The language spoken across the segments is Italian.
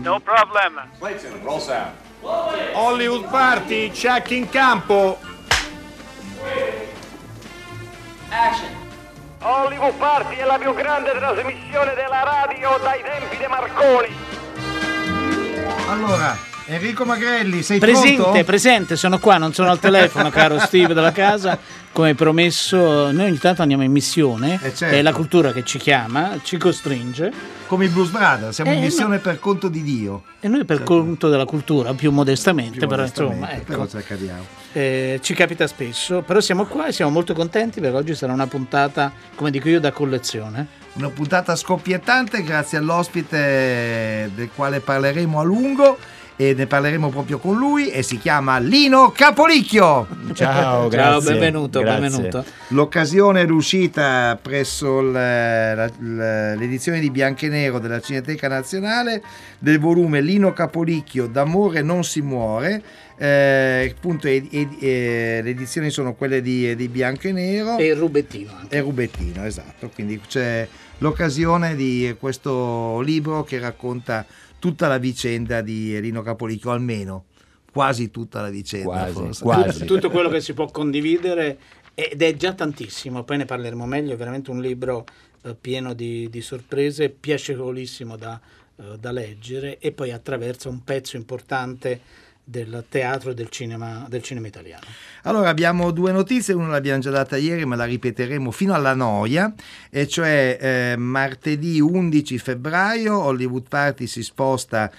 No problem. Clayton, roll sound. Hollywood Party, check in campo. Action. Hollywood Party è la più grande trasmissione della radio dai tempi di Marconi. Allora, Enrico Magrelli, sei presente, pronto? Presente, sono qua, non sono al telefono, caro Steve della casa. Come promesso, noi ogni tanto andiamo in missione, certo. È la cultura che ci chiama, ci costringe. Come i Blues Brothers, siamo in missione no. per conto di Dio. E noi per conto della cultura, più modestamente, però insomma, Però ci accadiamo. ci capita spesso, però siamo qua e siamo molto contenti perché oggi sarà una puntata, come dico io, da collezione. Una puntata scoppiettante grazie all'ospite del quale parleremo a lungo e ne parleremo proprio con lui e si chiama Lino Capolicchio. Ciao, grazie. Ciao, benvenuto, Grazie. benvenuto. L'occasione è l'uscita presso l'edizione di Bianco e Nero della Cineteca Nazionale del volume Lino Capolicchio D'amore non si muore. Appunto le edizioni sono quelle di Bianco e Nero e il rubettino anche. e rubettino, esatto, quindi c'è l'occasione di questo libro che racconta tutta la vicenda di Lino Capolicchio, almeno quasi tutta la vicenda, Quasi. Tutto quello che si può condividere ed è già tantissimo, poi ne parleremo meglio. È veramente un libro pieno di sorprese, piacevolissimo da leggere e poi attraversa un pezzo importante del teatro e del cinema italiano. Allora abbiamo due notizie, una l'abbiamo già data ieri ma la ripeteremo fino alla noia, e cioè martedì 11 febbraio Hollywood Party si sposta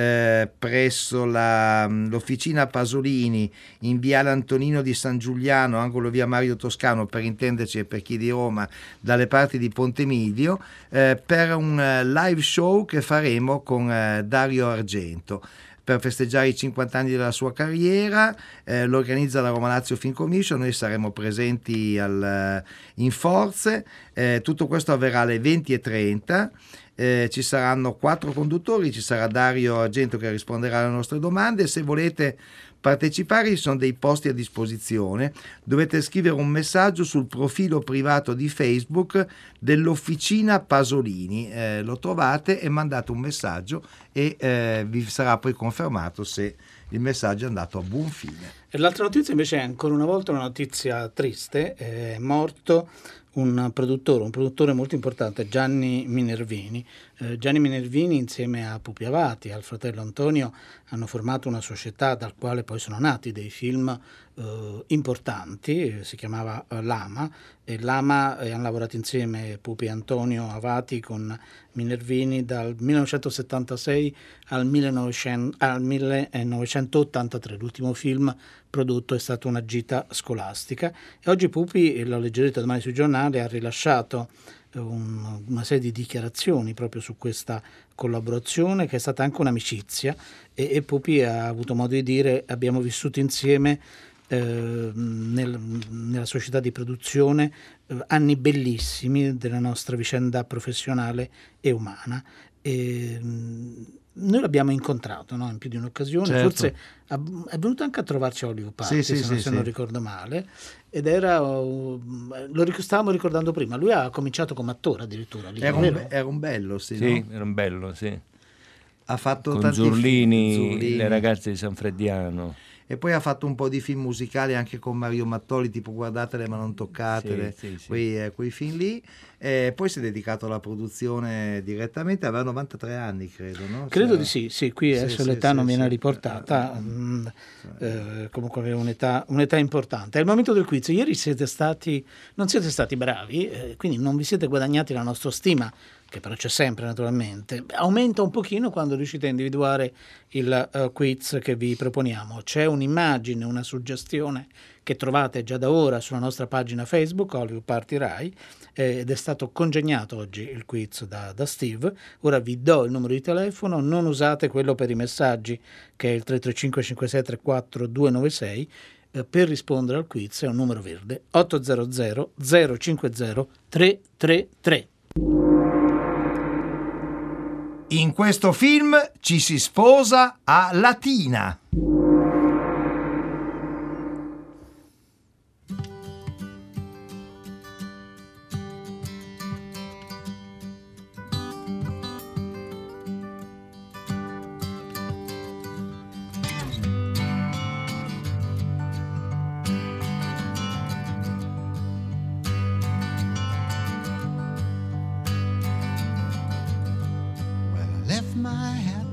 presso l'officina Pasolini in viale Antonino di San Giuliano, angolo via Mario Toscano, per intenderci e per chi di Roma dalle parti di Ponte Milvio, per un live show che faremo con Dario Argento per festeggiare i 50 anni della sua carriera. Lo organizza la Roma Lazio Film Commission, noi saremo presenti in forze. Tutto questo avverrà alle 20:30. Ci saranno 4 conduttori, ci sarà Dario Argento che risponderà alle nostre domande. Se volete partecipare ci sono dei posti a disposizione, dovete scrivere un messaggio sul profilo privato di Facebook dell'Officina Pasolini, lo trovate e mandate un messaggio e vi sarà poi confermato se il messaggio è andato a buon fine. E l'altra notizia invece è ancora una volta una notizia triste: è morto un produttore molto importante, Gianni Minervini. Gianni Minervini insieme a Pupi Avati e al fratello Antonio hanno formato una società dal quale poi sono nati dei film importanti, si chiamava Lama, e Lama hanno lavorato insieme Pupi e Antonio Avati con Minervini dal 1976 al 1983. L'ultimo film prodotto è stato Una gita scolastica, e oggi Pupi, lo leggerete domani sui giornali, ha rilasciato una serie di dichiarazioni proprio su questa collaborazione che è stata anche un'amicizia, e Pupi ha avuto modo di dire: abbiamo vissuto insieme nella società di produzione anni bellissimi della nostra vicenda professionale e umana. Noi l'abbiamo incontrato, no? In più di un'occasione, certo. Forse è venuto anche a trovarci a Hollywood Party, se non ricordo male, ed era stavamo ricordando prima, lui ha cominciato come attore addirittura lì, era un bello, sì, Sì, no? era un bello, sì. Ha fatto Con tanti Zurlini, film, le ragazze di San Frediano. E poi ha fatto un po' di film musicali anche con Mario Mattoli, tipo Guardatele ma non toccatele, Sì. quei film lì. Poi si è dedicato alla produzione direttamente, aveva 93 anni credo, no? Credo di sì, qui adesso l'età non viene riportata, comunque aveva un'età importante. È il momento del quiz. Ieri non siete stati bravi, quindi non vi siete guadagnati la nostra stima, che però c'è sempre naturalmente. Aumenta un pochino quando riuscite a individuare il quiz che vi proponiamo. C'è un'immagine, una suggestione che trovate già da ora sulla nostra pagina Facebook Hollywood Party Rai, ed è stato congegnato oggi il quiz da Steve. Ora vi do il numero di telefono, non usate quello per i messaggi che è il 335 5634 296, per rispondere al quiz è un numero verde 800 050 333. In questo film ci si sposa a Latina.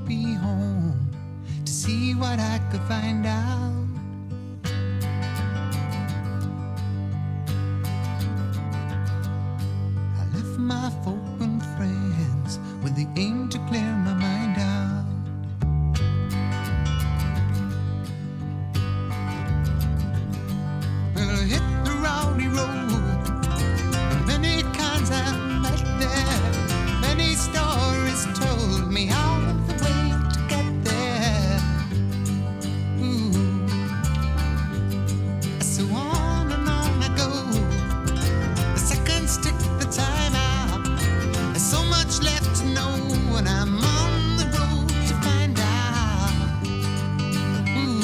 be home to see what I could find out. I left my folk and friends with the aim to clear my mind out. Well, I hit the rowdy road, and many kinds I've met there. Many stories told me how the way to get there. Ooh. So on and on I go. The seconds tick the time out. There's so much left to know, and I'm on the road to find out. Ooh.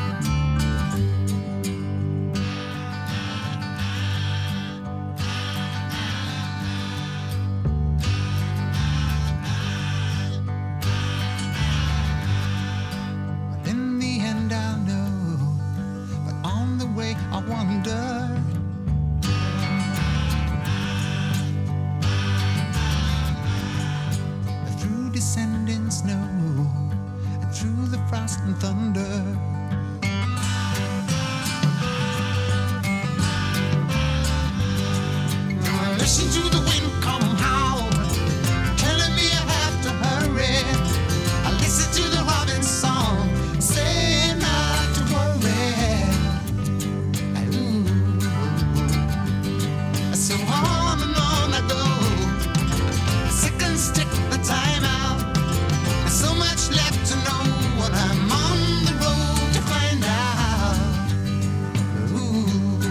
Well, in the end I'll know, but on the way I wonder. Through descending snow and through the frost and thunder. I listen to the wind come howl, telling me I have to hurry. I listen to the robin's song, saying not to worry. Ooh. So on and on I go. Seconds tick the time out. There's so much left to know, and I'm on the road to find out. Ooh.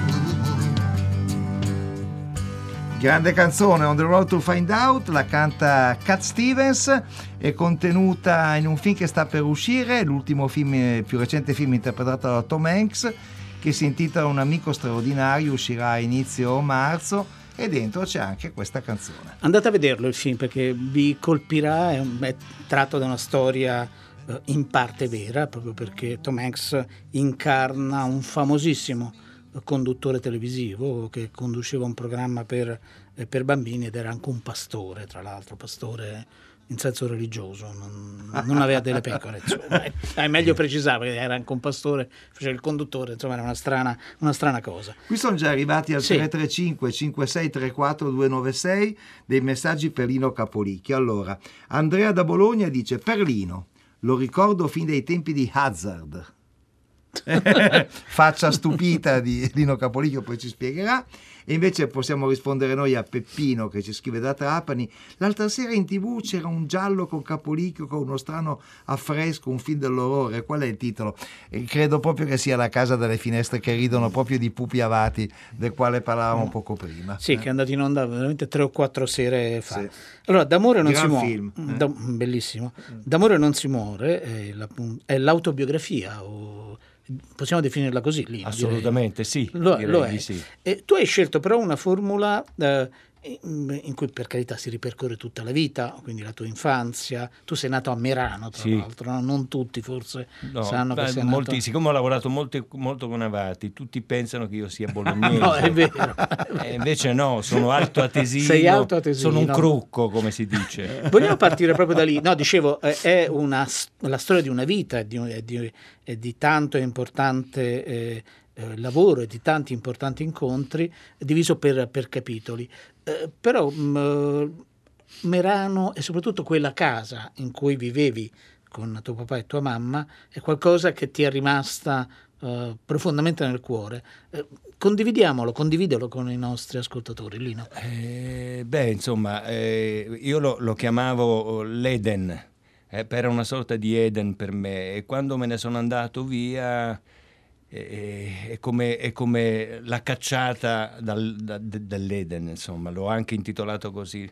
Grande canzone, On the Road to Find Out, la canta Cat Stevens, è contenuta in un film che sta per uscire, l'ultimo film, più recente film interpretato da Tom Hanks, che si intitola Un amico straordinario, uscirà a inizio marzo, e dentro c'è anche questa canzone. Andate a vederlo il film perché vi colpirà, è tratto da una storia in parte vera, proprio perché Tom Hanks incarna un famosissimo conduttore televisivo che conduceva un programma per bambini ed era anche un pastore, tra l'altro, pastore in senso religioso, non aveva delle pecore, insomma. È meglio precisare che era anche un pastore, faceva il conduttore, insomma era una strana cosa. Qui sono già arrivati al Sì. 335 5634 296 dei messaggi per Lino Capolicchio. Allora, Andrea da Bologna dice: per Lino, lo ricordo fin dai tempi di Hazard. Faccia stupita di Lino Capolicchio, poi ci spiegherà. E invece possiamo rispondere noi a Peppino che ci scrive da Trapani: l'altra sera in TV c'era un giallo con Capolicchio con uno strano affresco, un film dell'orrore. Qual è il titolo? Credo proprio che sia La casa delle finestre che ridono, proprio di Pupi Avati, del quale parlavamo poco prima. Sì, che è andato in onda veramente 3 o 4 sere fa. Sì. Allora, D'amore non Gran si muore. film, Bellissimo. D'amore non si muore è l'autobiografia, o possiamo definirla così lì? Assolutamente sì, Lo direi è. di sì. E tu hai scelto però una formula in cui per carità si ripercorre tutta la vita, quindi la tua infanzia. Tu sei nato a Merano, tra Sì. l'altro, no? Non tutti forse No, sanno che sei molti, nato... siccome ho lavorato molto con Avati, tutti pensano che io sia bolognese. No, è vero. E invece no, sono altoatesino, Sei altoatesino. sono un crucco, come si dice. Vogliamo partire proprio da lì. No, dicevo, è la storia di una vita, è di tanto e importante lavoro e di tanti importanti incontri, diviso per capitoli. Però Merano e soprattutto quella casa in cui vivevi con tuo papà e tua mamma è qualcosa che ti è rimasta profondamente nel cuore. Condividelo con i nostri ascoltatori, Lino. Insomma, io lo chiamavo l'Eden, era una sorta di Eden per me, e quando me ne sono andato via è come la cacciata dall'Eden, insomma, l'ho anche intitolato così.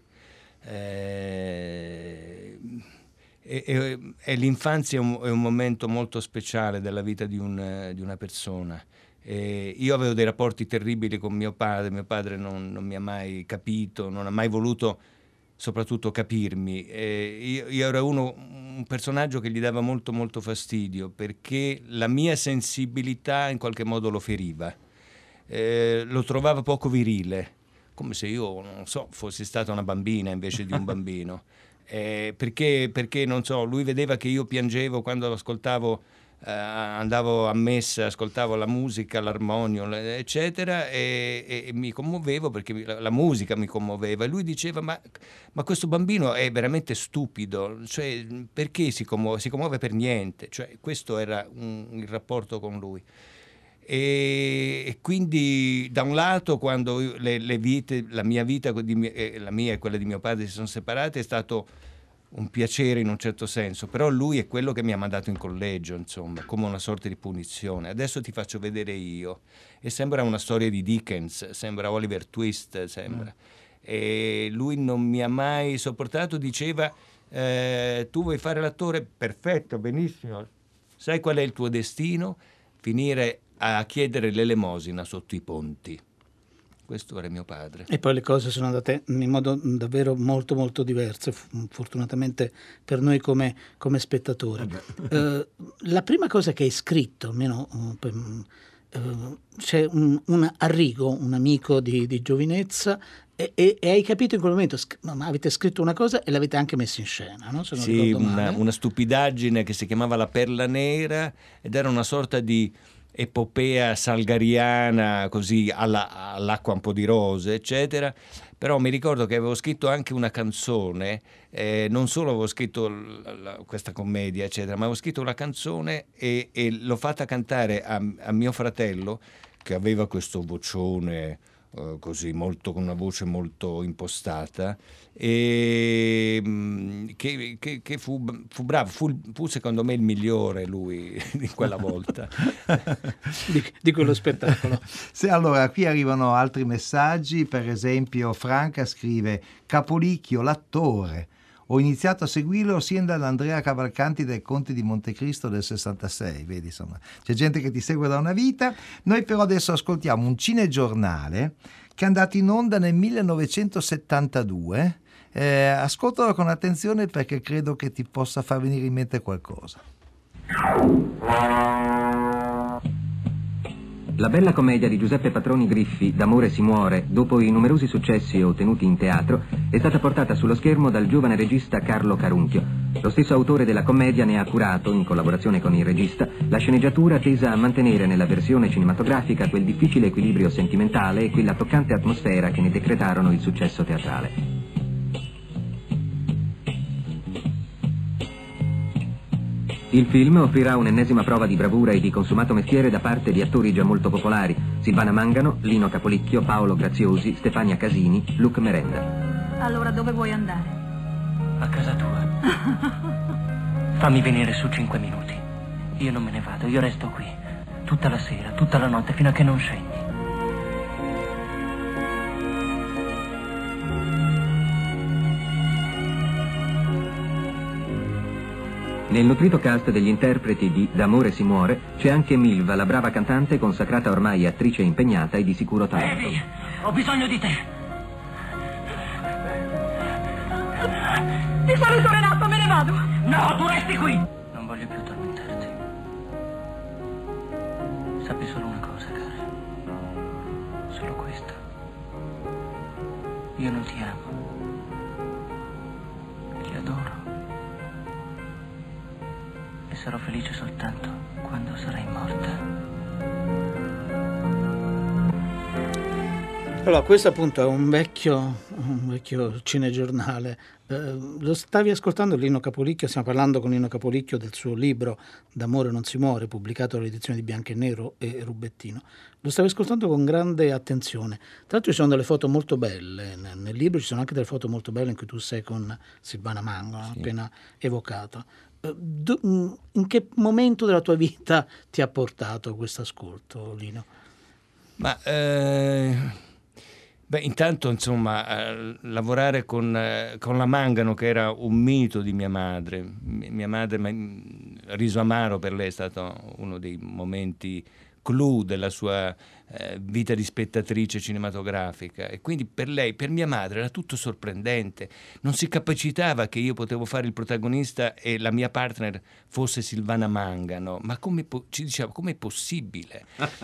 E l'infanzia è un momento molto speciale della vita di una persona. Io avevo dei rapporti terribili con mio padre non mi ha mai capito, non ha mai voluto soprattutto capirmi. Io ero un personaggio che gli dava molto molto fastidio, perché la mia sensibilità in qualche modo lo feriva, lo trovava poco virile, come se io, non so, fossi stata una bambina invece di un bambino. perché non so, lui vedeva che io piangevo quando ascoltavo, andavo a messa, ascoltavo la musica, l'armonio, eccetera, e mi commuovevo perché la musica mi commuoveva, e lui diceva ma questo bambino è veramente stupido, cioè perché si commuove per niente, cioè questo era il rapporto con lui. E quindi da un lato, quando la mia vita, la mia e quella di mio padre si sono separate, è stato un piacere in un certo senso, però lui è quello che mi ha mandato in collegio, insomma, come una sorta di punizione. Adesso ti faccio vedere io, e sembra una storia di Dickens, sembra Oliver Twist, sembra. E lui non mi ha mai sopportato, diceva tu vuoi fare l'attore? Perfetto, benissimo, sai qual è il tuo destino? Finire a chiedere l'elemosina sotto i ponti. Questo era mio padre. E poi le cose sono andate in modo davvero molto molto diverso, fortunatamente per noi come spettatori. La prima cosa che hai scritto, almeno c'è un Arrigo, un amico di giovinezza, e hai capito in quel momento, avete scritto una cosa e l'avete anche messa in scena, no? Se non sì, ricordo male. Una stupidaggine che si chiamava La Perla Nera, ed era una sorta di epopea salgariana, così all'acqua un po' di rose, eccetera. Però mi ricordo che avevo scritto anche una canzone, non solo avevo scritto questa commedia, eccetera, ma avevo scritto una canzone e l'ho fatta cantare a mio fratello, che aveva questo vocione così, molto, con una voce molto impostata, e che fu bravo, fu secondo me il migliore lui di quella volta. di quello spettacolo. Allora, qui arrivano altri messaggi, per esempio Franca scrive: Capolicchio, l'attore, ho iniziato a seguirlo sin dall'Andrea Cavalcanti del Conte di Montecristo del 66, vedi, insomma, c'è gente che ti segue da una vita. Noi però adesso ascoltiamo un cinegiornale che è andato in onda nel 1972, ascoltalo con attenzione perché credo che ti possa far venire in mente qualcosa. La bella commedia di Giuseppe Patroni Griffi, D'amore si muore, dopo i numerosi successi ottenuti in teatro, è stata portata sullo schermo dal giovane regista Carlo Carunchio. Lo stesso autore della commedia ne ha curato, in collaborazione con il regista, la sceneggiatura tesa a mantenere nella versione cinematografica quel difficile equilibrio sentimentale e quella toccante atmosfera che ne decretarono il successo teatrale. Il film offrirà un'ennesima prova di bravura e di consumato mestiere da parte di attori già molto popolari: Silvana Mangano, Lino Capolicchio, Paolo Graziosi, Stefania Casini, Luc Merenda. Allora dove vuoi andare? A casa tua. Fammi venire su 5 minuti. Io non me ne vado, io resto qui tutta la sera, tutta la notte, fino a che non scendi. Nel nutrito cast degli interpreti di D'amore si muore c'è anche Milva, la brava cantante consacrata ormai attrice impegnata e di sicuro talento. Evi, ho bisogno di te. Ti saluto Renato, me ne vado. No, tu resti qui. Non voglio più tormentarti. Sappi solo una cosa, cara. Solo questa. Io non ti amo. Ti adoro. E sarò felice soltanto quando sarai morta. Allora, questo appunto è un vecchio cinegiornale. Lo stavi ascoltando Lino Capolicchio, stiamo parlando con Lino Capolicchio del suo libro D'amore non si muore, pubblicato dall'edizione di Bianco e Nero e Rubettino. Lo stavi ascoltando con grande attenzione. Tra l'altro ci sono delle foto molto belle nel libro, ci sono anche delle foto molto belle in cui tu sei con Silvana Mangano, sì, appena evocata. In che momento della tua vita ti ha portato questo ascolto, Lino? Ma intanto, insomma, lavorare con la Mangano, che era un mito di mia madre, Riso amaro per lei è stato uno dei momenti clou della sua vita di spettatrice cinematografica, e quindi per lei, per mia madre, era tutto sorprendente. Non si capacitava che io potevo fare il protagonista e la mia partner fosse Silvana Mangano, ma ci diceva com'è possibile?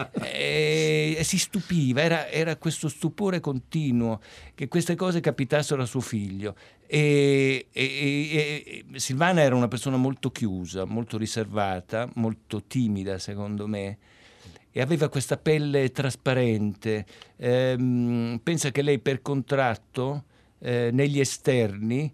E si stupiva, era questo stupore continuo che queste cose capitassero a suo figlio. E Silvana era una persona molto chiusa, molto riservata, molto timida secondo me, e aveva questa pelle trasparente. Pensa che lei per contratto negli esterni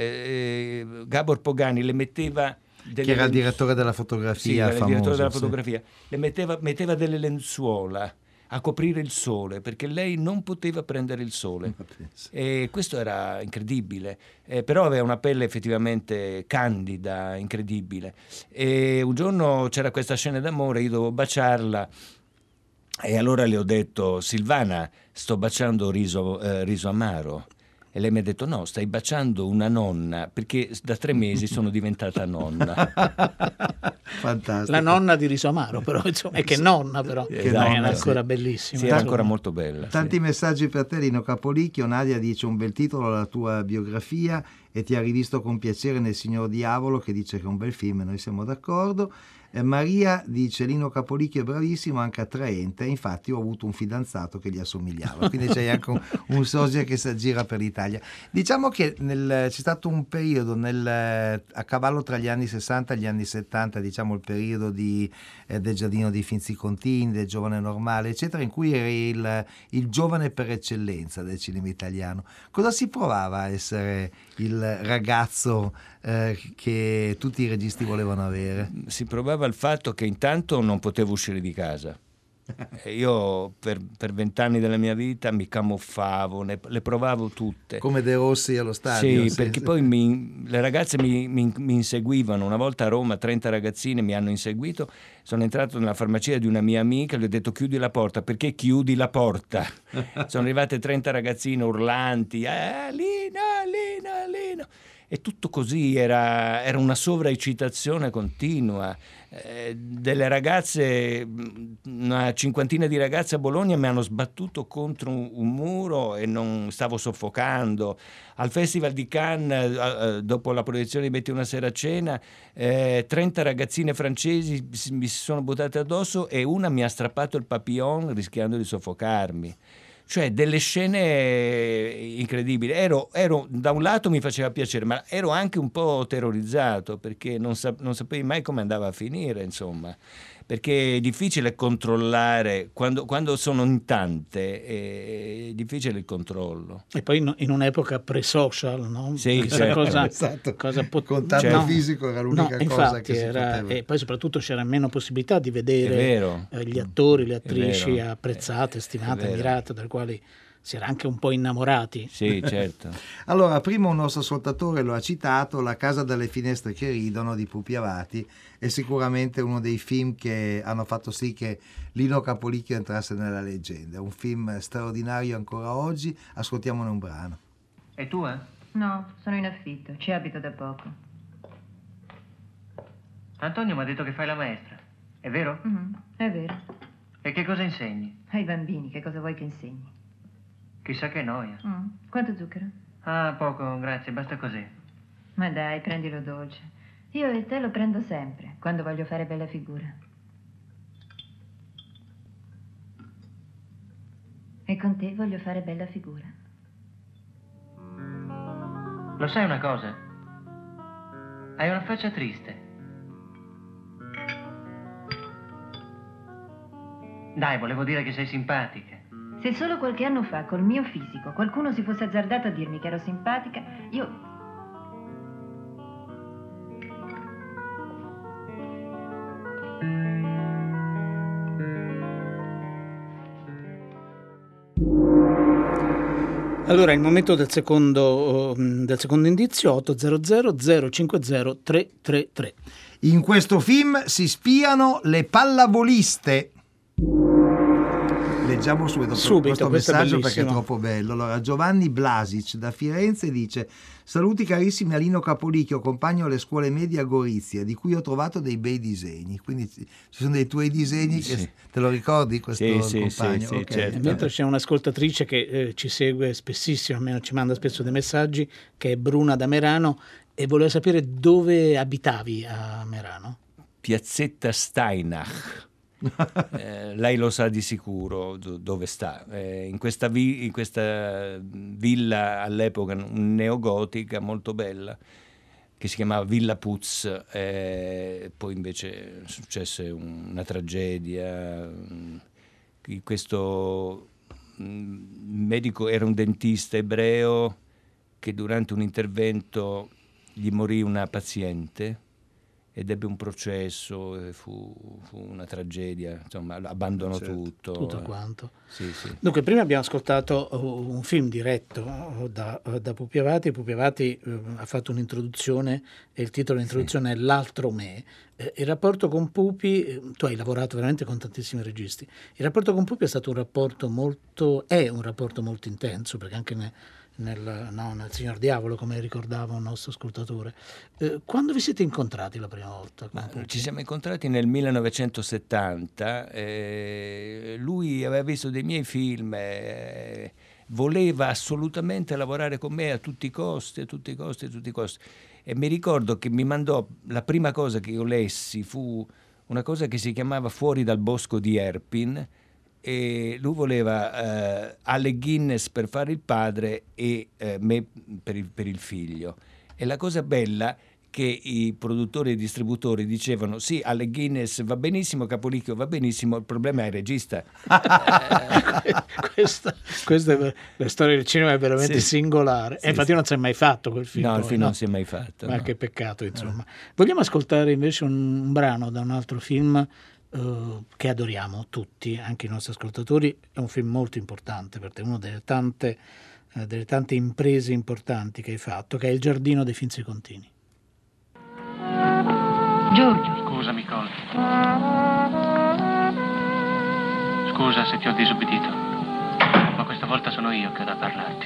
Gabor Pogani le metteva che era il direttore della fotografia, sì, famoso, il direttore della fotografia, le metteva delle lenzuola a coprire il sole, perché lei non poteva prendere il sole, e questo era incredibile, però aveva una pelle effettivamente candida, incredibile. E un giorno c'era questa scena d'amore, io dovevo baciarla, e allora le ho detto: Silvana, sto baciando riso amaro. E lei mi ha detto: no, stai baciando una nonna, perché da 3 mesi sono diventata nonna. Fantastico. La nonna di Riso Amaro, però insomma, è che nonna, però Esatto, è ancora bellissima. Sì, era ancora molto bella. Tanti sì. messaggi per te, Lino Capolicchio. Nadia dice: un bel titolo alla tua biografia, e ti ha rivisto con piacere nel Signor Diavolo, che dice che è un bel film, e noi siamo d'accordo. Maria dice: Lino Capolicchio è bravissimo, anche attraente, infatti ho avuto un fidanzato che gli assomigliava, quindi c'è anche un sosia che si aggira per l'Italia. Diciamo che c'è stato un periodo a cavallo tra gli anni 60 e gli anni 70, diciamo il periodo del Giardino dei Finzi Contini, del Giovane Normale, eccetera, in cui eri il giovane per eccellenza del cinema italiano. Cosa si provava a essere il ragazzo che tutti i registi volevano avere? Si provava il fatto che intanto non potevo uscire di casa. Io per 20 anni della mia vita mi camuffavo, le provavo tutte. Come De Rossi allo stadio. Sì, perché poi le ragazze mi inseguivano. Una volta a Roma 30 ragazzine mi hanno inseguito, sono entrato nella farmacia di una mia amica e le ho detto: chiudi la porta. Perché chiudi la porta? Sono arrivate 30 ragazzine urlanti: Lino. E tutto così, era una sovraeccitazione continua. Delle ragazze, una cinquantina di ragazze a Bologna mi hanno sbattuto contro un muro e non stavo soffocando. Al Festival di Cannes, dopo la proiezione di Metti una sera a cena, 30 ragazzine francesi mi si sono buttate addosso e una mi ha strappato il papillon rischiando di soffocarmi. Cioè delle scene incredibili. Ero da un lato mi faceva piacere, ma ero anche un po' terrorizzato, perché non sapevi mai come andava a finire, insomma, perché è difficile controllare quando sono in tante, è difficile il controllo. E poi in un'epoca pre-social, no? Sì, certo. Esatto. Contatto fisico era l'unica cosa che si poteva. E poi soprattutto c'era meno possibilità di vedere gli attori, le attrici apprezzate, stimate, ammirate, dal quali si era anche un po' innamorati. Sì, certo. Allora, prima un nostro ascoltatore lo ha citato: La casa dalle finestre che ridono di Pupi Avati è sicuramente uno dei film che hanno fatto sì che Lino Capolicchio entrasse nella leggenda. Un film straordinario ancora oggi. Ascoltiamone un brano. È tua? No, sono in affitto, ci abito da poco. Antonio mi ha detto che fai la maestra, è vero? È vero. E che cosa insegni? Ai bambini, che cosa vuoi che insegni? Chissà che noia. Quanto zucchero? Ah, poco, grazie, basta così. Ma dai, prendilo dolce. Io il tè lo prendo sempre, quando voglio fare bella figura. E con te voglio fare bella figura. Lo sai una cosa? Hai una faccia triste. Dai, volevo dire che sei simpatica. Se solo qualche anno fa, col mio fisico, qualcuno si fosse azzardato a dirmi che ero simpatica, io... Allora, il momento del secondo indizio: 800 050 333. In questo film si spiano le pallavoliste. leggiamo subito questo messaggio perché è troppo bello. Allora, Giovanni Blasic da Firenze dice: saluti carissimi Alino Capolicchio, compagno alle scuole medie a Gorizia, di cui ho trovato dei bei disegni. Quindi ci sono dei tuoi disegni, sì. che te lo ricordi questo compagno? Sì, okay. certo. Mentre c'è un'ascoltatrice che ci segue spessissimo, almeno ci manda spesso dei messaggi, che è Bruna da Merano, e voleva sapere dove abitavi a Merano. Piazzetta Steinach. Lei lo sa di sicuro dove sta, in questa villa all'epoca neogotica molto bella che si chiamava Villa Putz, poi invece successe una tragedia. Questo medico era un dentista ebreo che durante un intervento gli morì una paziente ed ebbe un processo, fu una tragedia, insomma abbandonò tutto quanto. Sì. Dunque, prima abbiamo ascoltato un film diretto da Pupi Avati. Pupi Avati ha fatto un'introduzione e il titolo dell'introduzione è L'altro me. Il rapporto con Pupi, tu hai lavorato veramente con tantissimi registi, il rapporto con Pupi è un rapporto molto intenso, perché anche nel Signor Diavolo, come ricordava un nostro ascoltatore. Quando vi siete incontrati la prima volta? Ci siamo incontrati nel 1970, lui aveva visto dei miei film, voleva assolutamente lavorare con me a tutti i costi, e mi ricordo che mi mandò, la prima cosa che io lessi fu una cosa che si chiamava Fuori dal bosco di Erpin, e lui voleva Alec Guinness per fare il padre e me per il figlio. E la cosa bella che i produttori e i distributori dicevano: sì, Alec Guinness va benissimo, Capolicchio va benissimo, il problema è il regista. Questa è la storia del cinema, è veramente singolare. Sì, infatti non si è mai fatto quel film. No, il film non si è mai fatto. Ma che peccato, insomma. Vogliamo ascoltare invece un brano da un altro film che adoriamo tutti, anche i nostri ascoltatori. È un film molto importante per te, una delle tante imprese importanti che hai fatto, che è Il giardino dei Finzi Contini. Giorgio. Scusami, Col. Scusa se ti ho disobbedito, ma questa volta sono io che ho da parlarti.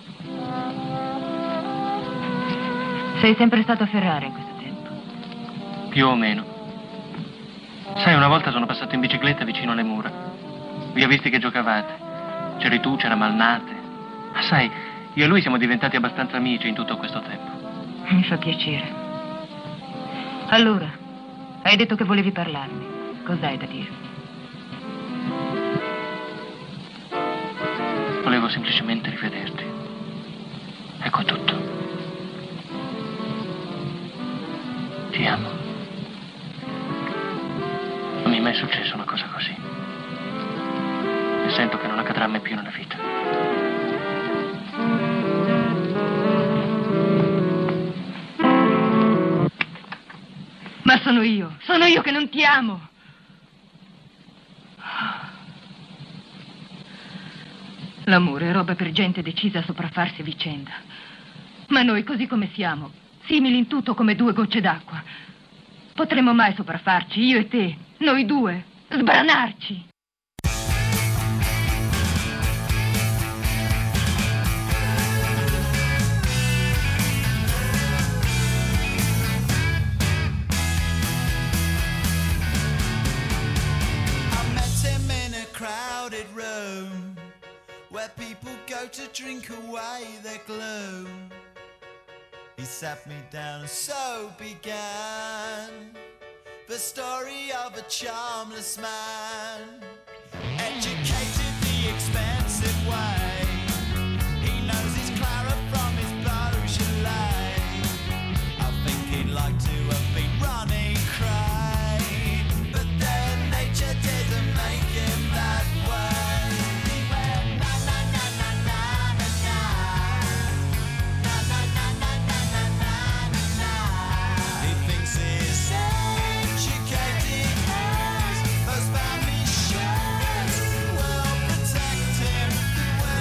Sei sempre stato a Ferrara in questo tempo? Più o meno. Sai, una volta sono passato in bicicletta vicino alle mura. Vi ho visti che giocavate. C'eri tu, c'era Malnate. Ma sai, io e lui siamo diventati abbastanza amici in tutto questo tempo. Mi fa piacere. Allora, hai detto che volevi parlarmi. Cos'hai da dire? Volevo semplicemente rivederti. Ecco tutto. Ti amo. Non mi è mai successa una cosa così. E sento che non accadrà mai più nella vita. Ma sono io che non ti amo. L'amore è roba per gente decisa a sopraffarsi a vicenda. Ma noi, così come siamo, simili in tutto come due gocce d'acqua, potremmo mai sopraffarci, io e te, noi due, sbranarci? Where people go to drink away their gloom. He sat me down and so began the story of a charmless man, educated the expensive way. He knows his Clara from his Beaujolais. I think he'd like to have been running cray, but then nature didn't make him that way. Well, protect him.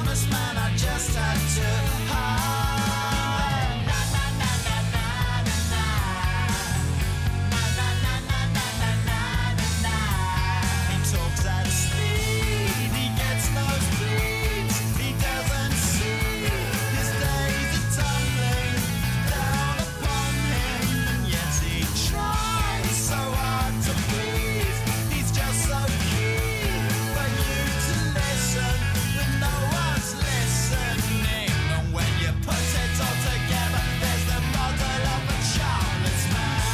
promised man, I just had to hide. Na na na na na na na. Na na na na na na na na. He talks at speed, he gets nosebleeds, he doesn't see his days are tumbling down upon him, and yet he tries so hard to please. He's just so keen for you to listen, but no one's listening. And when you put it all together, there's the model of a childless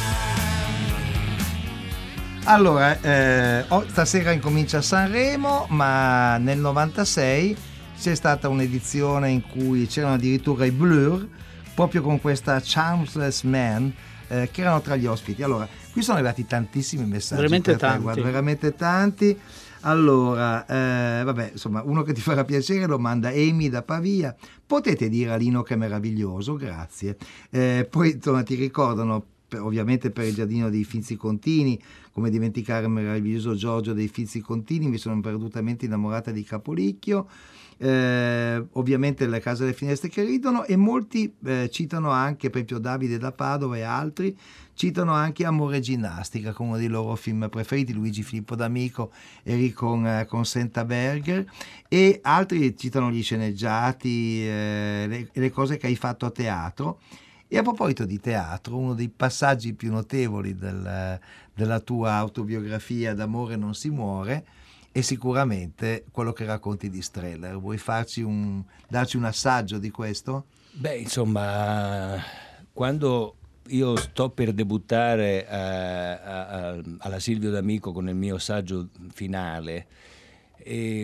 man. Allora, stasera incomincia Sanremo, ma nel 96 c'è stata un'edizione in cui c'erano addirittura i Blur, proprio con questa Charmless Man, che erano tra gli ospiti. Allora, qui sono arrivati tantissimi messaggi. Veramente per te, tanti. guarda, veramente tanti. Allora, vabbè, insomma, uno che ti farà piacere lo manda Amy da Pavia. Potete dire a Lino che è meraviglioso, grazie. Poi insomma, ti ricordano, ovviamente per il giardino dei Finzi-Contini, come dimenticare il meraviglioso Giorgio dei Finzi-Contini, mi sono perdutamente innamorata di Capolicchio. Ovviamente Le case e le finestre che ridono, e molti citano anche, per esempio Davide da Padova e altri citano anche Amore ginnastica come uno dei loro film preferiti, Luigi Filippo D'Amico e con Senta Berger, e altri citano gli sceneggiati, le cose che hai fatto a teatro. E a proposito di teatro, uno dei passaggi più notevoli della tua autobiografia D'amore non si muore è sicuramente quello che racconti di Streller. Vuoi darci un assaggio di questo? Beh, insomma, quando io sto per debuttare alla Silvio D'Amico con il mio saggio finale, e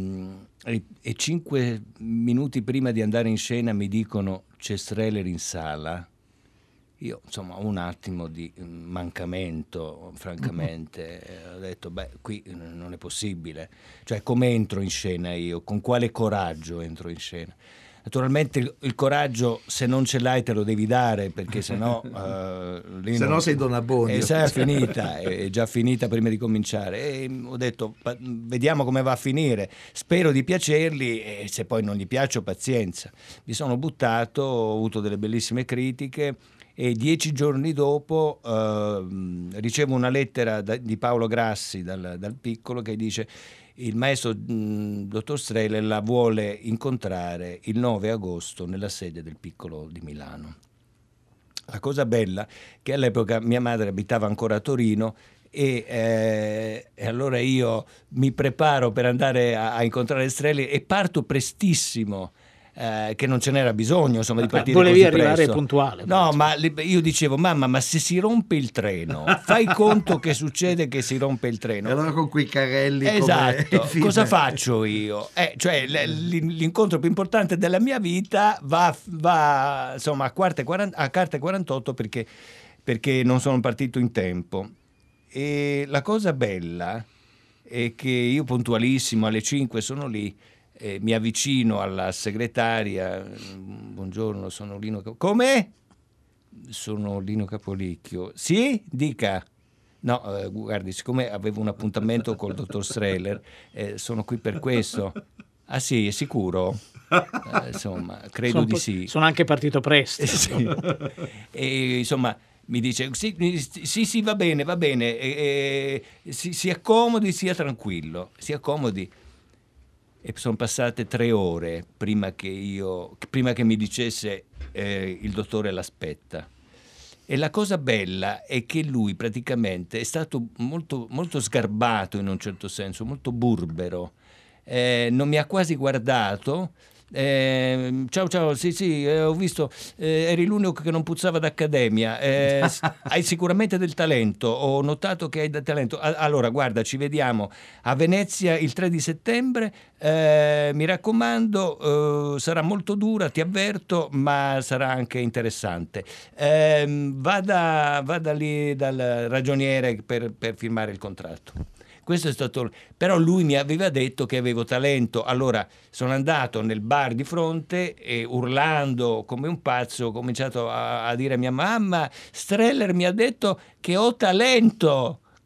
5 minuti prima di andare in scena mi dicono c'è Streller in sala, io insomma ho un attimo di mancamento, francamente. Ho detto qui non è possibile, cioè come entro in scena io, con quale coraggio entro in scena? Naturalmente il coraggio, se non ce l'hai, te lo devi dare, perché sennò sei Don Abbondio. È già finita prima di cominciare. E ho detto vediamo come va a finire, spero di piacergli, e se poi non gli piaccio pazienza. Mi sono buttato, ho avuto delle bellissime critiche, e 10 giorni dopo ricevo una lettera di Paolo Grassi dal Piccolo, che dice: il maestro dottor Streller la vuole incontrare il 9 agosto nella sede del Piccolo di Milano. La cosa bella è che all'epoca mia madre abitava ancora a Torino, e allora io mi preparo per andare a incontrare Streller e parto prestissimo, che non ce n'era bisogno, insomma, di partire volevi così arrivare presto. puntuale. No, ma io dicevo: mamma, ma se si rompe il treno, fai conto che succede che si rompe il treno. E allora con quei carrelli, esatto, cosa faccio io? Cioè l'incontro più importante della mia vita va insomma a carte 48 perché non sono partito in tempo. E la cosa bella è che io puntualissimo alle 5 sono lì, mi avvicino alla segretaria: buongiorno, sono Lino Come? Sono Lino Capolicchio. Sì? Dica. No, guardi, siccome avevo un appuntamento col dottor Streller, sono qui per questo. Ah sì, è sicuro? Insomma, credo di sì. Sono anche partito presto. Sì. E insomma mi dice sì, va bene, si accomodi, sia tranquillo, si accomodi. E sono passate 3 ore prima che mi dicesse il dottore l'aspetta. E la cosa bella è che lui praticamente è stato molto, molto sgarbato, in un certo senso, molto burbero. Non mi ha quasi guardato. Ciao, sì, ho visto, eri l'unico che non puzzava d'accademia, hai sicuramente del talento, ho notato che hai del talento. Allora guarda, ci vediamo a Venezia il 3 di settembre, mi raccomando, sarà molto dura, ti avverto, ma sarà anche interessante. Vada lì dal ragioniere per firmare il contratto. Questo è stato, però lui mi aveva detto che avevo talento. Allora sono andato nel bar di fronte e, urlando come un pazzo, ho cominciato a dire a mia mamma: Streller mi ha detto che ho talento.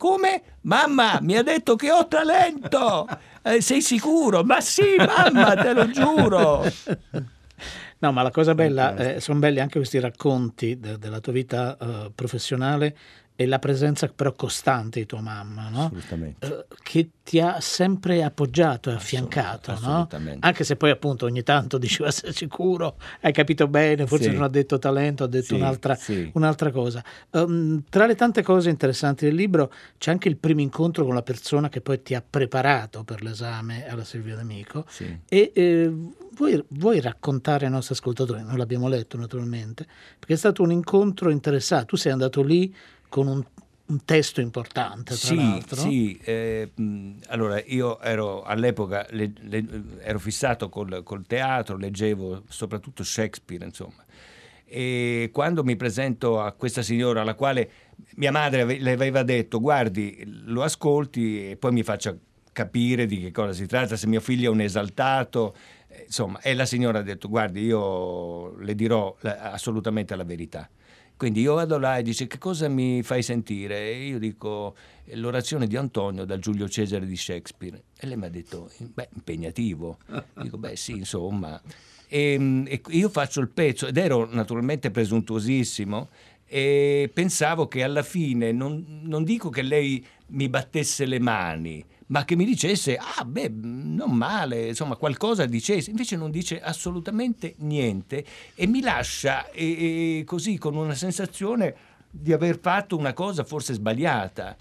come? Mamma, mi ha detto che ho talento. Sei sicuro? Ma sì, mamma, te lo giuro. No, ma la cosa bella, sono belli anche questi racconti della tua vita professionale e la presenza però costante di tua mamma, no? Assolutamente. Che ti ha sempre appoggiato e affiancato, assolutamente. No? Anche se poi appunto ogni tanto diceva sei sicuro, hai capito bene, forse non ha detto talento, ha detto un'altra cosa. Tra le tante cose interessanti del libro c'è anche il primo incontro con la persona che poi ti ha preparato per l'esame alla Silvio D'Amico e vuoi raccontare ai nostri ascoltatori, non l'abbiamo letto naturalmente, perché è stato un incontro interessante, tu sei andato lì con un testo importante, tra l'altro. Sì, allora io ero all'epoca ero fissato col teatro, leggevo soprattutto Shakespeare, insomma. E quando mi presento a questa signora, alla quale mia madre le aveva detto guardi, lo ascolti e poi mi faccia capire di che cosa si tratta, se mio figlio è un esaltato, insomma, e la signora ha detto guardi, io le dirò assolutamente la verità. Quindi io vado là e dice che cosa mi fai sentire? E io dico l'orazione di Antonio dal Giulio Cesare di Shakespeare. E lei mi ha detto impegnativo. Dico sì, insomma. E io faccio il pezzo ed ero naturalmente presuntuosissimo e pensavo che alla fine non dico che lei mi battesse le mani, ma che mi dicesse non male, insomma qualcosa dicesse. Invece non dice assolutamente niente e mi lascia così con una sensazione di aver fatto una cosa forse sbagliata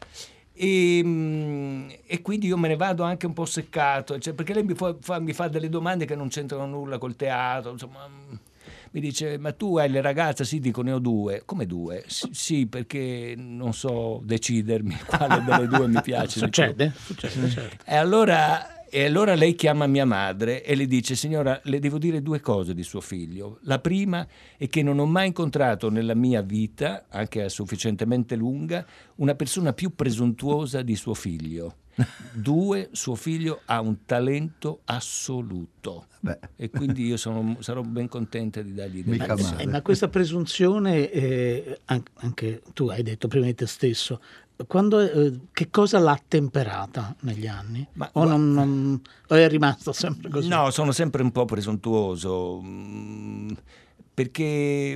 e quindi io me ne vado anche un po' seccato, cioè, perché lei mi fa delle domande che non c'entrano nulla col teatro, insomma. Mi dice, ma tu hai le ragazze? Sì, dico, ne ho 2. Come 2? Sì, perché non so decidermi quale delle 2 mi piace. Succede, certo. E allora lei chiama mia madre e le dice, signora, le devo dire 2 cose di suo figlio. La prima è che non ho mai incontrato nella mia vita, anche sufficientemente lunga, una persona più presuntuosa di suo figlio. 2, suo figlio ha un talento assoluto. E quindi io sarò ben contenta di dargli delle cose. Ma questa presunzione, anche tu hai detto prima di te stesso, che cosa l'ha temperata negli anni? O è rimasto sempre così? No, sono sempre un po' presuntuoso, perché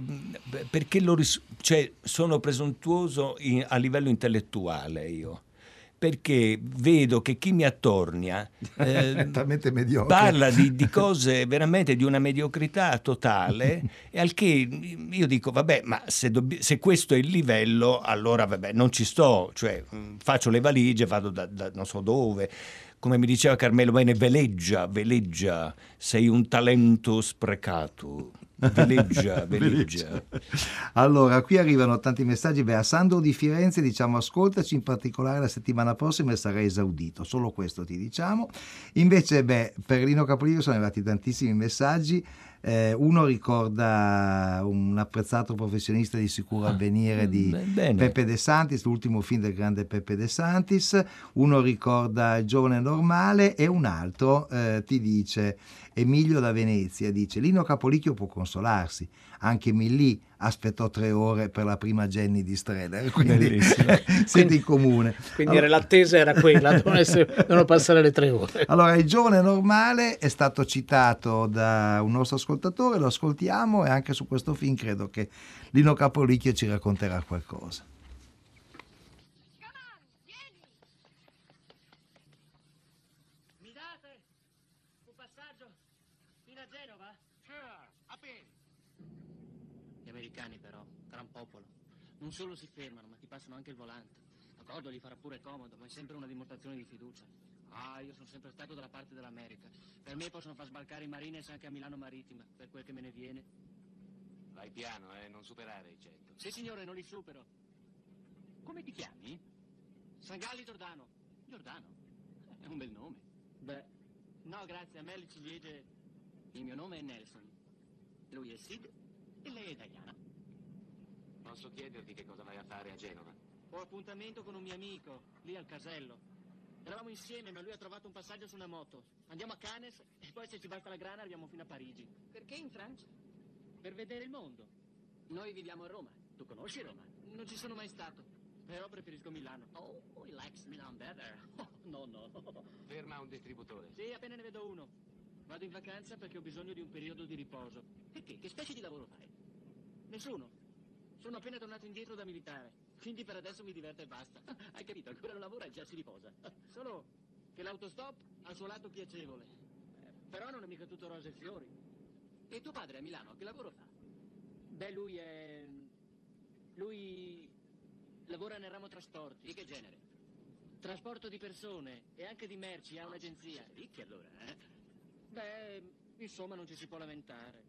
sono presuntuoso a livello intellettuale io. Perché vedo che chi mi attornia parla di cose veramente di una mediocrità totale e al che io dico vabbè, ma se questo è il livello allora vabbè, non ci sto, cioè faccio le valigie, vado da non so dove. Come mi diceva Carmelo Bene, veleggia, sei un talento sprecato. Veleggia. Allora, qui arrivano tanti messaggi. A Sandro di Firenze diciamo ascoltaci, in particolare la settimana prossima e sarai esaudito, solo questo ti diciamo. Invece per Lino Capoliglio sono arrivati tantissimi messaggi. Uno ricorda un apprezzato professionista di sicuro avvenire di Pepe De Santis, l'ultimo film del grande Pepe De Santis. Uno ricorda Il giovane normale e un altro ti dice, Emilio da Venezia, dice Lino Capolicchio può consolarsi, anche Millì aspettò 3 ore per la prima Jenny di Streller, quindi siete in comune. Quindi l'attesa era quella, devono passare le 3 ore. Allora, Il giovane normale è stato citato da un nostro ascoltatore, lo ascoltiamo e anche su questo film credo che Lino Capolicchio ci racconterà qualcosa. Mi date un passaggio fino a Genova? Appena. Gli americani però, gran popolo, non solo si fermano, ma ti passano anche il volante. D'accordo, gli farà pure comodo, ma è sempre una dimostrazione di fiducia. Io sono sempre stato dalla parte dell'America. Per me possono far sbarcare i Marines anche a Milano Marittima, per quel che me ne viene. Vai piano, non superare i 100. Sì, signore, non li supero. Come ti chiami? Sangalli Giordano. Giordano? È un bel nome. Beh, no, grazie, a me le ciliegie. Il mio nome è Nelson. Lui è Sid e lei è Diana. Posso chiederti che cosa vai a fare a Genova? Ho appuntamento con un mio amico, lì al casello. Eravamo insieme, ma lui ha trovato un passaggio su una moto. Andiamo a Cannes e poi se ci basta la grana arriviamo fino a Parigi. Perché in Francia? Per vedere il mondo. Noi viviamo a Roma. Tu conosci Roma? Non ci sono mai stato. Però preferisco Milano. Oh, he likes Milan better. No. Ferma un distributore. Sì, appena ne vedo uno. Vado in vacanza perché ho bisogno di un periodo di riposo. Perché? Che specie di lavoro fai? Nessuno. Sono appena tornato indietro da militare. Quindi per adesso mi diverte e basta. Hai capito? Ancora non lavora e già si riposa. Solo che l'autostop ha il suo lato piacevole. Però non è mica tutto rose e fiori. E tuo padre a Milano che lavoro fa? Beh, lui lavora nel ramo trasporti. Di che genere? Trasporto di persone e anche di merci, ha un'agenzia. Ricchi allora, eh? Beh, insomma non ci si può lamentare.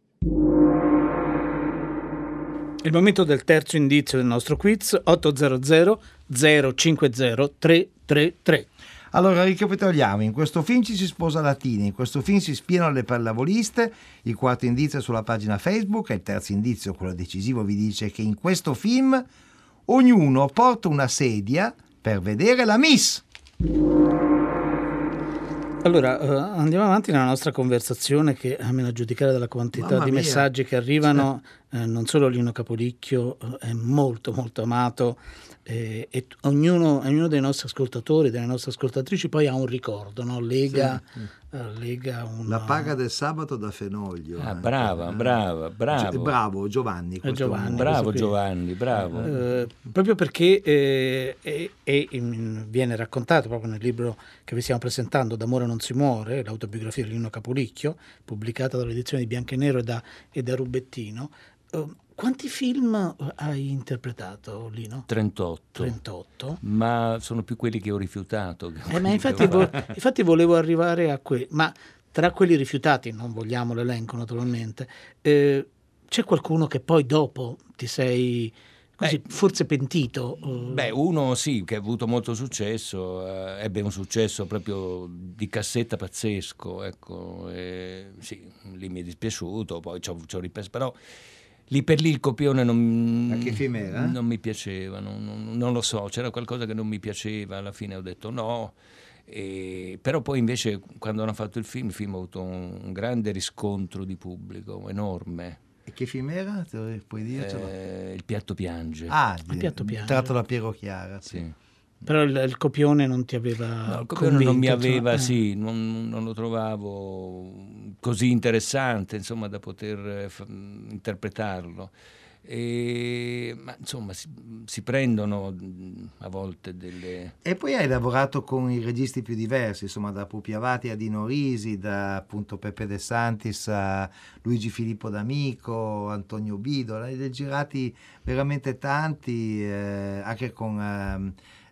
Il momento del terzo indizio del nostro quiz, 800 050 333. Allora ricapitoliamo, in questo film ci si sposa latini, in questo film si spiano le pallavoliste, il quarto indizio è sulla pagina Facebook e il terzo indizio, quello decisivo, vi dice che in questo film ognuno porta una sedia per vedere la Miss. Allora, andiamo avanti nella nostra conversazione che, almeno a giudicare dalla quantità Mamma di mia. messaggi che arrivano, non solo Lino Capolicchio è molto molto amato e ognuno dei nostri ascoltatori, delle nostre ascoltatrici poi ha un ricordo, no? Lega una... La paga del sabato da Fenoglio. Bravo. Bravo Giovanni. Bravo Giovanni, bravo. Proprio perché viene raccontato proprio nel libro che vi stiamo presentando, D'amore non si muore, l'autobiografia di Lino Capolicchio, pubblicata dall'edizione di Bianco e Nero e da Rubettino. Quanti film hai interpretato, Lino? 38. Ma sono più quelli che ho rifiutato. Ma infatti volevo arrivare a ma tra quelli rifiutati, non vogliamo l'elenco naturalmente, c'è qualcuno che poi dopo ti sei così forse pentito? Beh, uno sì, che ha avuto molto successo, ebbe un successo proprio di cassetta pazzesco, ecco, sì, lì mi è dispiaciuto, poi ci ho ripreso, però lì per lì il copione Ma che film era? non mi piaceva, non lo so, c'era qualcosa che non mi piaceva, alla fine ho detto no, però poi invece quando hanno fatto il film ha avuto un grande riscontro di pubblico, enorme. E che film era? Puoi dircelo? Il piatto piange. Il piatto piange. Tratto da Piero Chiara. Sì. Però il copione non ti aveva no, il copione non mi aveva, cioè, non lo trovavo così interessante, insomma, da poter interpretarlo. Ma insomma si prendono a volte delle... E poi hai lavorato con i registi più diversi, insomma, da Pupi Avati a Dino Risi, da appunto Peppe De Santis a Luigi Filippo D'Amico, Antonio Bido, ne hai girati veramente tanti, anche con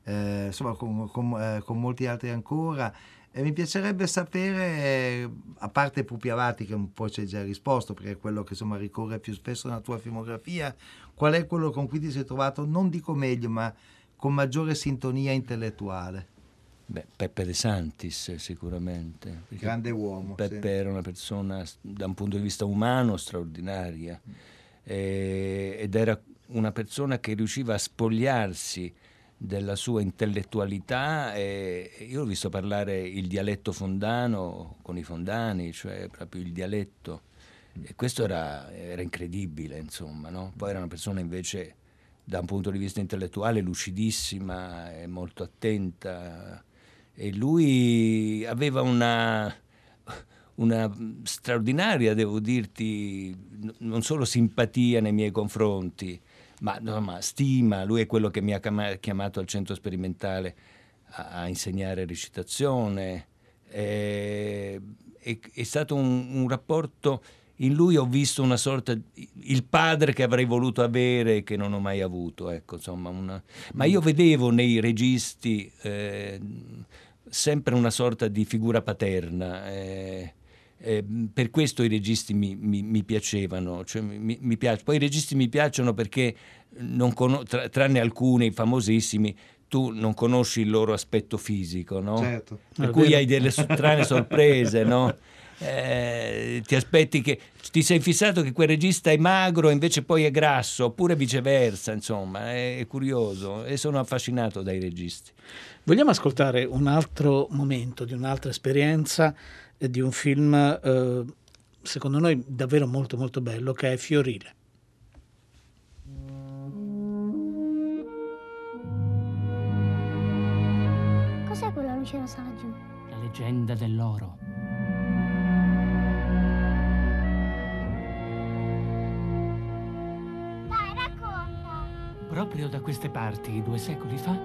molti altri ancora. E mi piacerebbe sapere, a parte Pupi Avati che un po' ci hai già risposto perché è quello che insomma ricorre più spesso nella tua filmografia, qual è quello con cui ti sei trovato, non dico meglio, ma con maggiore sintonia intellettuale? Beh, Peppe De Santis sicuramente. Grande uomo. Peppe era una persona da un punto di vista umano straordinaria, ed era una persona che riusciva a spogliarsi della sua intellettualità, e io ho visto parlare il dialetto fondano con i fondani, cioè proprio il dialetto, e questo era incredibile, insomma, no? Poi era una persona invece da un punto di vista intellettuale lucidissima e molto attenta, e lui aveva una straordinaria, devo dirti, non solo simpatia nei miei confronti, ma stima. Lui è quello che mi ha chiamato al centro sperimentale a insegnare recitazione. È stato un rapporto, in lui ho visto una sorta il padre che avrei voluto avere e che non ho mai avuto, ecco, insomma, ma io vedevo nei registi sempre una sorta di figura paterna. Per questo i registi mi piacevano, cioè mi piace. Poi i registi mi piacciono perché tranne alcuni famosissimi, tu non conosci il loro aspetto fisico, no? Certo. Per cui hai delle strane sorprese, no? Ti aspetti che ti sei fissato che quel regista è magro e invece poi è grasso, oppure viceversa, insomma, è curioso, e sono affascinato dai registi. Vogliamo ascoltare un altro momento di un'altra esperienza di un film secondo noi davvero molto molto bello, che è Fiorile. vicino sta laggiù. La leggenda dell'oro. Dai, racconta. Proprio da queste parti, 2 secoli fa,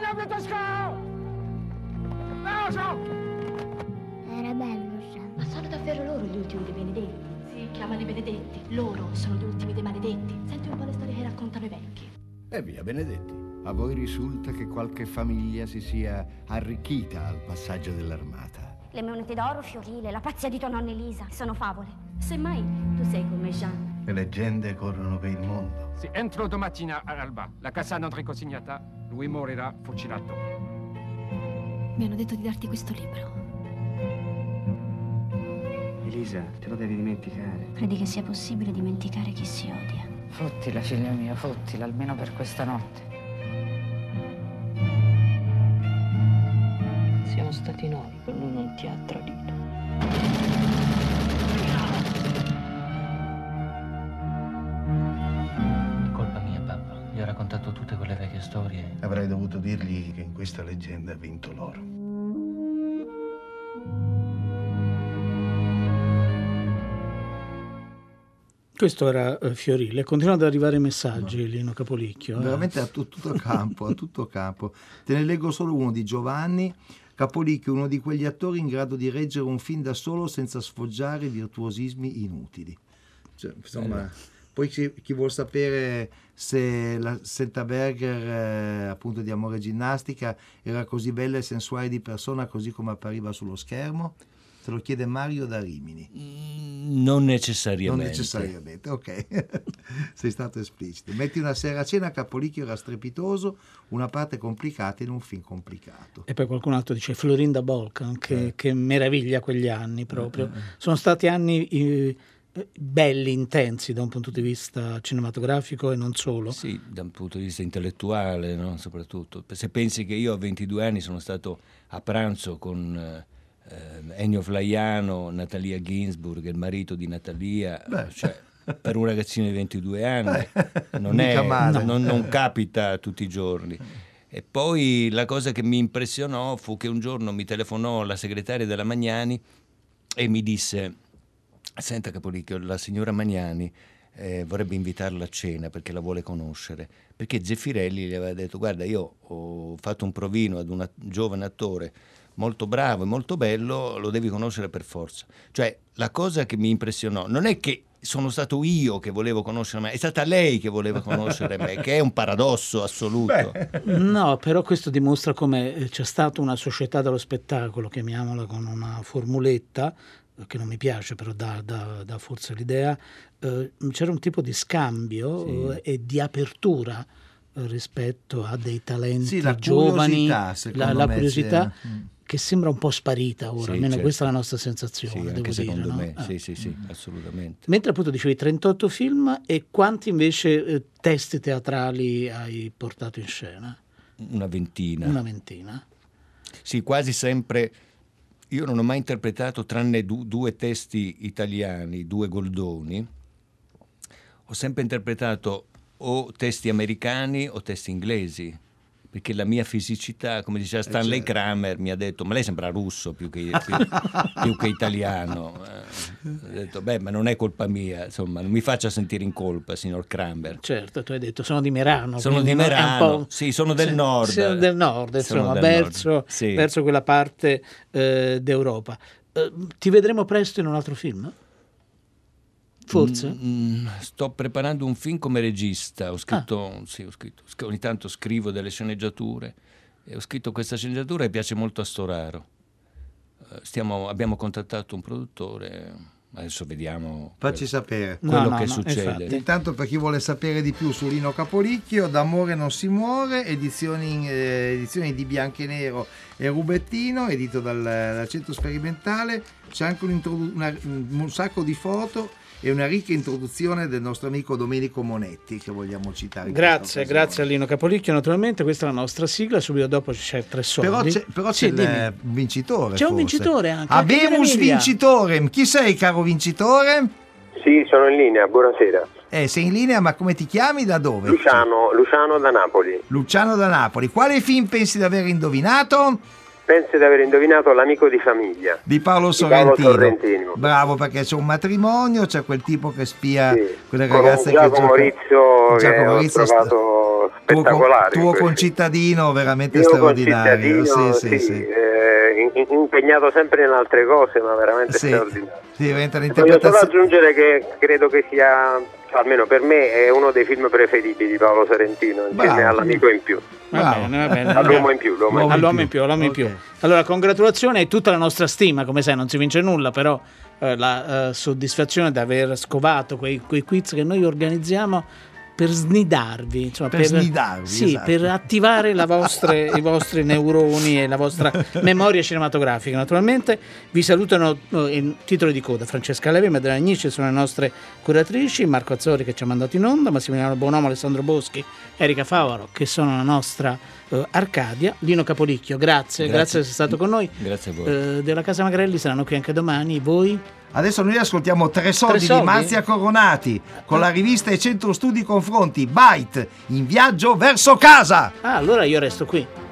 Era bello, Jean. Ma sono davvero loro gli ultimi dei benedetti? Si chiamano i benedetti. Loro sono gli ultimi dei maledetti. Senti un po' le storie che raccontano i vecchi. E via, benedetti. A voi risulta che qualche famiglia si sia arricchita al passaggio dell'armata. Le monete d'oro, Fiorile, la pazzia di tua nonna Elisa. Sono favole. Semmai tu sei come Jean. Le leggende corrono per il mondo. Se entro domattina all'alba la casa non riconsegnata, lui morirà fucilato. Mi hanno detto di darti questo libro. Elisa, te lo devi dimenticare. Credi che sia possibile dimenticare chi si odia? Fottila, figlia mia, fottila, almeno per questa notte. Siamo stati noi, lui non ti ha tradito. colpa mia, papà. Gli ho raccontato tutte quelle vecchie storie. Avrei dovuto dirgli che in questa leggenda ha vinto l'oro. Questo era Fiorile. Continuano ad arrivare messaggi, Lino Capolicchio. Veramente a tutto campo, a tutto campo. Te ne leggo solo uno di Giovanni. Capolicchio, uno di quegli attori in grado di reggere un film da solo senza sfoggiare virtuosismi inutili. Cioè, insomma, poi chi vuol sapere se la Senta Berger, appunto di Amore Ginnastica, era così bella e sensuale di persona così come appariva sullo schermo, se lo chiede Mario da Rimini. Non necessariamente. Non necessariamente, ok. Sei stato esplicito. Metti una sera a cena, Capolicchio era strepitoso, una parte complicata in un film complicato. E poi qualcun altro dice Florinda Bolkan, che meraviglia quegli anni proprio. Sono stati anni belli, intensi da un punto di vista cinematografico e non solo. Sì, da un punto di vista intellettuale, no? Soprattutto. Se pensi che io a 22 anni sono stato a pranzo con Ennio Flaiano, Natalia Ginsburg, il marito di Natalia, cioè, per un ragazzino di 22 anni non capita tutti i giorni. E poi la cosa che mi impressionò fu che un giorno mi telefonò la segretaria della Magnani e mi disse: senta Capolicchio, la signora Magnani vorrebbe invitarla a cena perché la vuole conoscere, perché Zeffirelli gli aveva detto: guarda, io ho fatto un provino ad un giovane attore molto bravo e molto bello, lo devi conoscere per forza. Cioè, la cosa che mi impressionò non è che sono stato io che volevo conoscere me, è stata lei che voleva conoscere me, che è un paradosso assoluto. No, però questo dimostra come c'è stata una società dello spettacolo, chiamiamola con una formuletta che non mi piace, però dà forse l'idea, c'era un tipo di scambio e di apertura rispetto a dei talenti la giovani, curiosità, la curiosità che sembra un po' sparita ora, almeno certo. Questa è la nostra sensazione. Sì, anche secondo me, no? Sì, assolutamente. Mentre appunto dicevi 38 film, e quanti invece testi teatrali hai portato in scena? Una ventina. Una ventina? Sì, quasi sempre. Io non ho mai interpretato, tranne 2 testi italiani, 2 Goldoni, ho sempre interpretato o testi americani o testi inglesi, perché la mia fisicità, come diceva Stanley Kramer, mi ha detto: ma lei sembra russo più che italiano. Ho detto: beh, ma non è colpa mia, insomma, non mi faccia sentire in colpa, signor Kramer. Certo, tu hai detto sono di Merano. Sono di Merano, sì, sono del nord. Sono del nord, insomma, verso quella parte d'Europa. Ti vedremo presto in un altro film? Forse? Sto preparando un film come regista, ho scritto, ogni tanto scrivo delle sceneggiature e ho scritto questa sceneggiatura e piace molto a Storaro. Abbiamo contattato un produttore, adesso vediamo. Facci sapere quello che succede. Infatti. Intanto, per chi vuole sapere di più su Lino Capolicchio, D'amore non si muore, edizioni di Bianco e Nero e Rubettino, edito dal Centro Sperimentale. C'è anche un sacco di foto e una ricca introduzione del nostro amico Domenico Monetti, che vogliamo citare. Grazie a Lino Capolicchio, naturalmente. Questa è la nostra sigla, subito dopo c'è 3 soldi. Però c'è un vincitore. C'è un vincitore anche. Abemus vincitore. Chi sei, caro vincitore? Sì, sono in linea, buonasera. Sei in linea, ma come ti chiami? Da dove? Luciano da Napoli. Luciano da Napoli. Quale film pensi di aver indovinato? penso di aver indovinato L'amico di famiglia di Paolo Sorrentino. Bravo, perché c'è un matrimonio, c'è quel tipo che spia quelle ragazze che Giacomo Rizzo, che ho trovato spettacolare. Tuo concittadino veramente straordinario. Sì. Impegnato sempre in altre cose, ma veramente straordinario. Sì, voglio solo aggiungere che credo che sia, almeno per me, è uno dei film preferiti di Paolo Sorrentino, insieme all'Amico in più. Va bene. All'uomo in più. All'uomo in più. Allora, congratulazioni e tutta la nostra stima. Come sai, non si vince nulla, però la soddisfazione di aver scovato quei quiz che noi organizziamo per snidarvi, insomma, esatto. Per attivare i vostri neuroni e la vostra memoria cinematografica. Naturalmente vi salutano in titoli di coda Francesca Levi e Madeleine Agnici, sono le nostre curatrici, Marco Azzori che ci ha mandato in onda, Massimiliano Bonomo, Alessandro Boschi, Erika Favaro che sono la nostra Arcadia, Lino Capolicchio, grazie di essere stato con noi. Grazie a voi. Della Casa Magrelli saranno qui anche domani, voi? Adesso noi ascoltiamo Tre soldi di Marzia Coronati con la rivista e Centro Studi Confronti, Byte, in viaggio verso casa. Allora io resto qui.